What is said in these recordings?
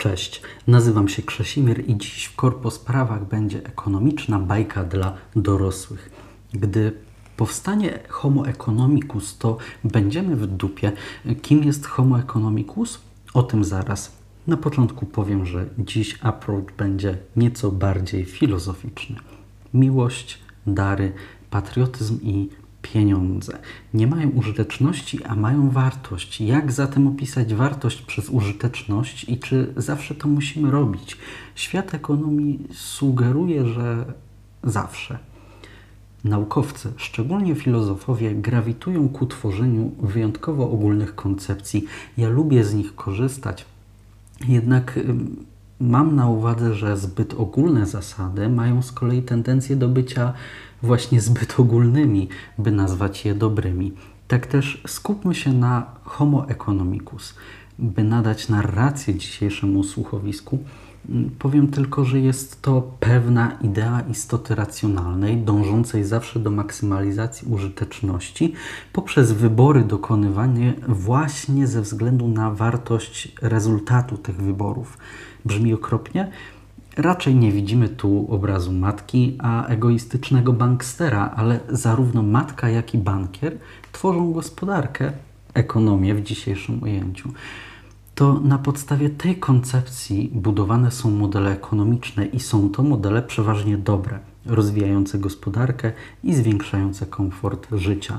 Cześć, nazywam się Krzesimir i dziś w Korpo Sprawach będzie ekonomiczna bajka dla dorosłych. Gdy powstanie Homo economicus, to będziemy w dupie. Kim jest Homo economicus? O tym zaraz. Na początku powiem, że dziś approach będzie nieco bardziej filozoficzny. Miłość, dary, patriotyzm i pieniądze nie mają użyteczności, a mają wartość. Jak zatem opisać wartość przez użyteczność i czy zawsze to musimy robić? Świat ekonomii sugeruje, że zawsze. Naukowcy, szczególnie filozofowie, grawitują ku tworzeniu wyjątkowo ogólnych koncepcji. Ja lubię z nich korzystać, jednak mam na uwadze, że zbyt ogólne zasady mają z kolei tendencję do bycia właśnie zbyt ogólnymi, by nazwać je dobrymi. Tak też skupmy się na Homo economicus. By nadać narrację dzisiejszemu słuchowisku, powiem tylko, że jest to pewna idea istoty racjonalnej, dążącej zawsze do maksymalizacji użyteczności poprzez wybory dokonywane właśnie ze względu na wartość rezultatu tych wyborów. Brzmi okropnie? Raczej nie widzimy tu obrazu matki, a egoistycznego bankstera, ale zarówno matka, jak i bankier tworzą gospodarkę, ekonomię w dzisiejszym ujęciu. To na podstawie tej koncepcji budowane są modele ekonomiczne i są to modele przeważnie dobre, rozwijające gospodarkę i zwiększające komfort życia.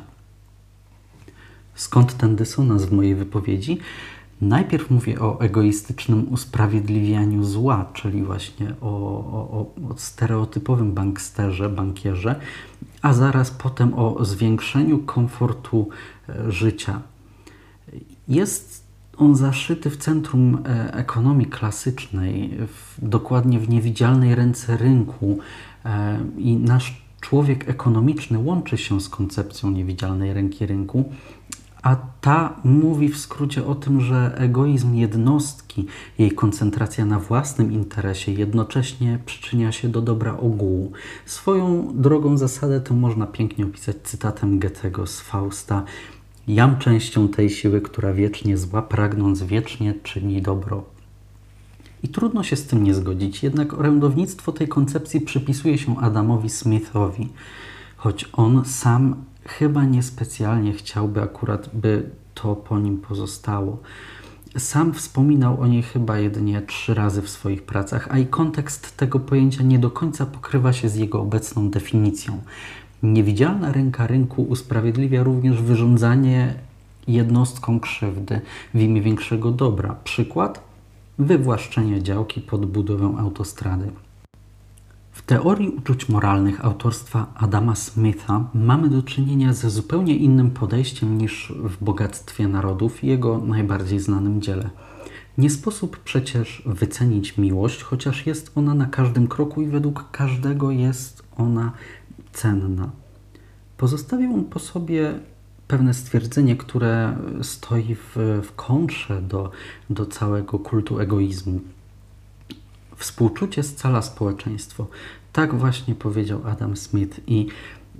Skąd ten dysonans w mojej wypowiedzi? Najpierw mówię o egoistycznym usprawiedliwianiu zła, czyli właśnie o stereotypowym banksterze, bankierze, a zaraz potem o zwiększeniu komfortu życia. Jest on zaszyty w centrum ekonomii klasycznej, dokładnie w niewidzialnej ręce rynku i nasz człowiek ekonomiczny łączy się z koncepcją niewidzialnej ręki rynku, a ta mówi w skrócie o tym, że egoizm jednostki, jej koncentracja na własnym interesie jednocześnie przyczynia się do dobra ogółu. Swoją drogą zasadę tę można pięknie opisać cytatem Goethego z Fausta: jam częścią tej siły, która wiecznie zła, pragnąc wiecznie czyni dobro. I trudno się z tym nie zgodzić, jednak orędownictwo tej koncepcji przypisuje się Adamowi Smithowi, choć on sam chyba niespecjalnie chciałby akurat, by to po nim pozostało. Sam wspominał o niej chyba jedynie 3 razy w swoich pracach, a i kontekst tego pojęcia nie do końca pokrywa się z jego obecną definicją. Niewidzialna ręka rynku usprawiedliwia również wyrządzanie jednostkom krzywdy w imię większego dobra. Przykład? Wywłaszczenie działki pod budowę autostrady. W teorii uczuć moralnych autorstwa Adama Smitha mamy do czynienia ze zupełnie innym podejściem niż w Bogactwie Narodów i jego najbardziej znanym dziele. Nie sposób przecież wycenić miłość, chociaż jest ona na każdym kroku i według każdego jest ona cenna. Pozostawił on po sobie pewne stwierdzenie, które stoi w kontrze do całego kultu egoizmu. Współczucie scala społeczeństwo. Tak właśnie powiedział Adam Smith i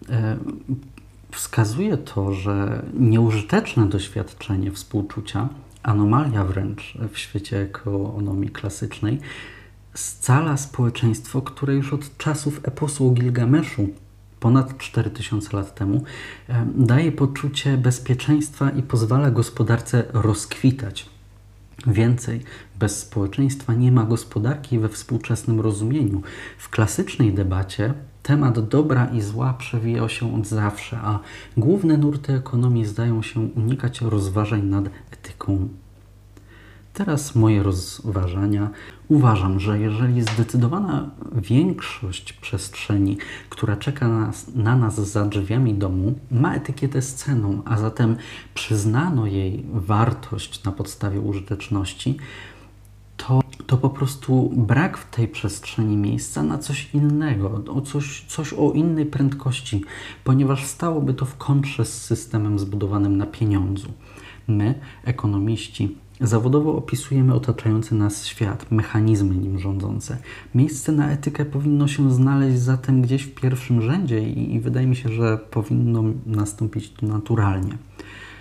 wskazuje to, że nieużyteczne doświadczenie współczucia, anomalia wręcz w świecie ekonomii klasycznej, scala społeczeństwo, które już od czasów eposu Gilgameszu, ponad 4000 lat temu, daje poczucie bezpieczeństwa i pozwala gospodarce rozkwitać. Więcej, bez społeczeństwa nie ma gospodarki we współczesnym rozumieniu. W klasycznej debacie temat dobra i zła przewijał się od zawsze, a główne nurty ekonomii zdają się unikać rozważań nad etyką. Teraz moje rozważania. Uważam, że jeżeli zdecydowana większość przestrzeni, która czeka na nas za drzwiami domu, ma etykietę z ceną, a zatem przyznano jej wartość na podstawie użyteczności, to po prostu brak w tej przestrzeni miejsca na coś innego, coś o innej prędkości, ponieważ stałoby to w kontrze z systemem zbudowanym na pieniądzu. My, ekonomiści, zawodowo opisujemy otaczający nas świat, mechanizmy nim rządzące. Miejsce na etykę powinno się znaleźć zatem gdzieś w pierwszym rzędzie i wydaje mi się, że powinno nastąpić to naturalnie.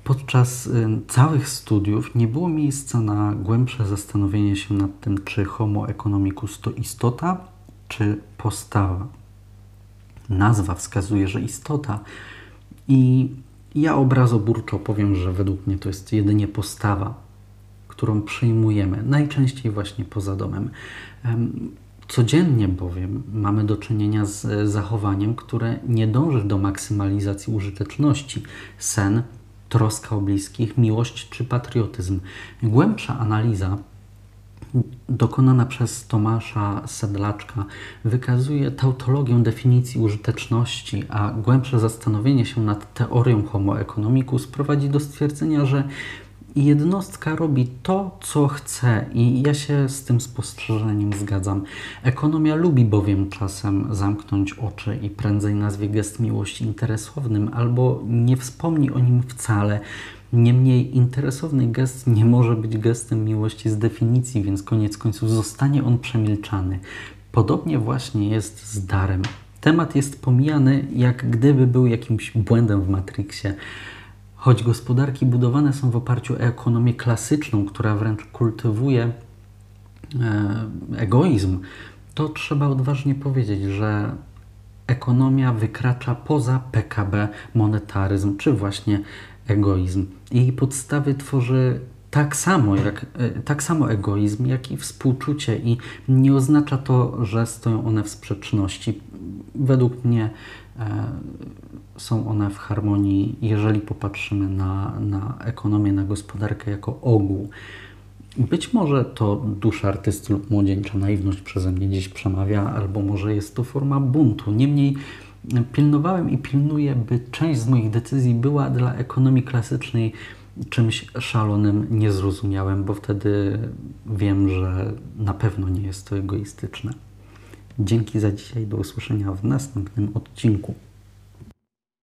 podczas całych studiów nie było miejsca na głębsze zastanowienie się nad tym, czy homo economicus to istota, czy postawa. Nazwa wskazuje, że istota i ja obrazoburczo powiem, że według mnie to jest jedynie postawa, którą przyjmujemy, najczęściej właśnie poza domem. Codziennie bowiem mamy do czynienia z zachowaniem, które nie dąży do maksymalizacji użyteczności. Sen, troska o bliskich, miłość czy patriotyzm. Głębsza analiza dokonana przez Tomasza Sedlaczka wykazuje tautologię definicji użyteczności, a głębsze zastanowienie się nad teorią homo economicus prowadzi do stwierdzenia, że jednostka robi to, co chce i ja się z tym spostrzeżeniem zgadzam. Ekonomia lubi bowiem czasem zamknąć oczy i prędzej nazwie gest miłości interesownym albo nie wspomni o nim wcale. Niemniej interesowny gest nie może być gestem miłości z definicji, więc koniec końców zostanie on przemilczany. Podobnie właśnie jest z darem. Temat jest pomijany, jak gdyby był jakimś błędem w Matrixie. Choć gospodarki budowane są w oparciu o ekonomię klasyczną, która wręcz kultywuje egoizm, to trzeba odważnie powiedzieć, że ekonomia wykracza poza PKB, monetaryzm czy właśnie egoizm. Jej podstawy tworzy tak samo egoizm, jak i współczucie i nie oznacza to, że stoją one w sprzeczności. Według mnie są one w harmonii, jeżeli popatrzymy na ekonomię, na gospodarkę jako ogół. Być może to dusza artysty lub młodzieńcza naiwność przeze mnie dziś przemawia, albo może jest to forma buntu. Niemniej pilnowałem i pilnuję, by część z moich decyzji była dla ekonomii klasycznej czymś szalonym, niezrozumiałym, bo wtedy wiem, że na pewno nie jest to egoistyczne. Dzięki za dzisiaj, do usłyszenia w następnym odcinku.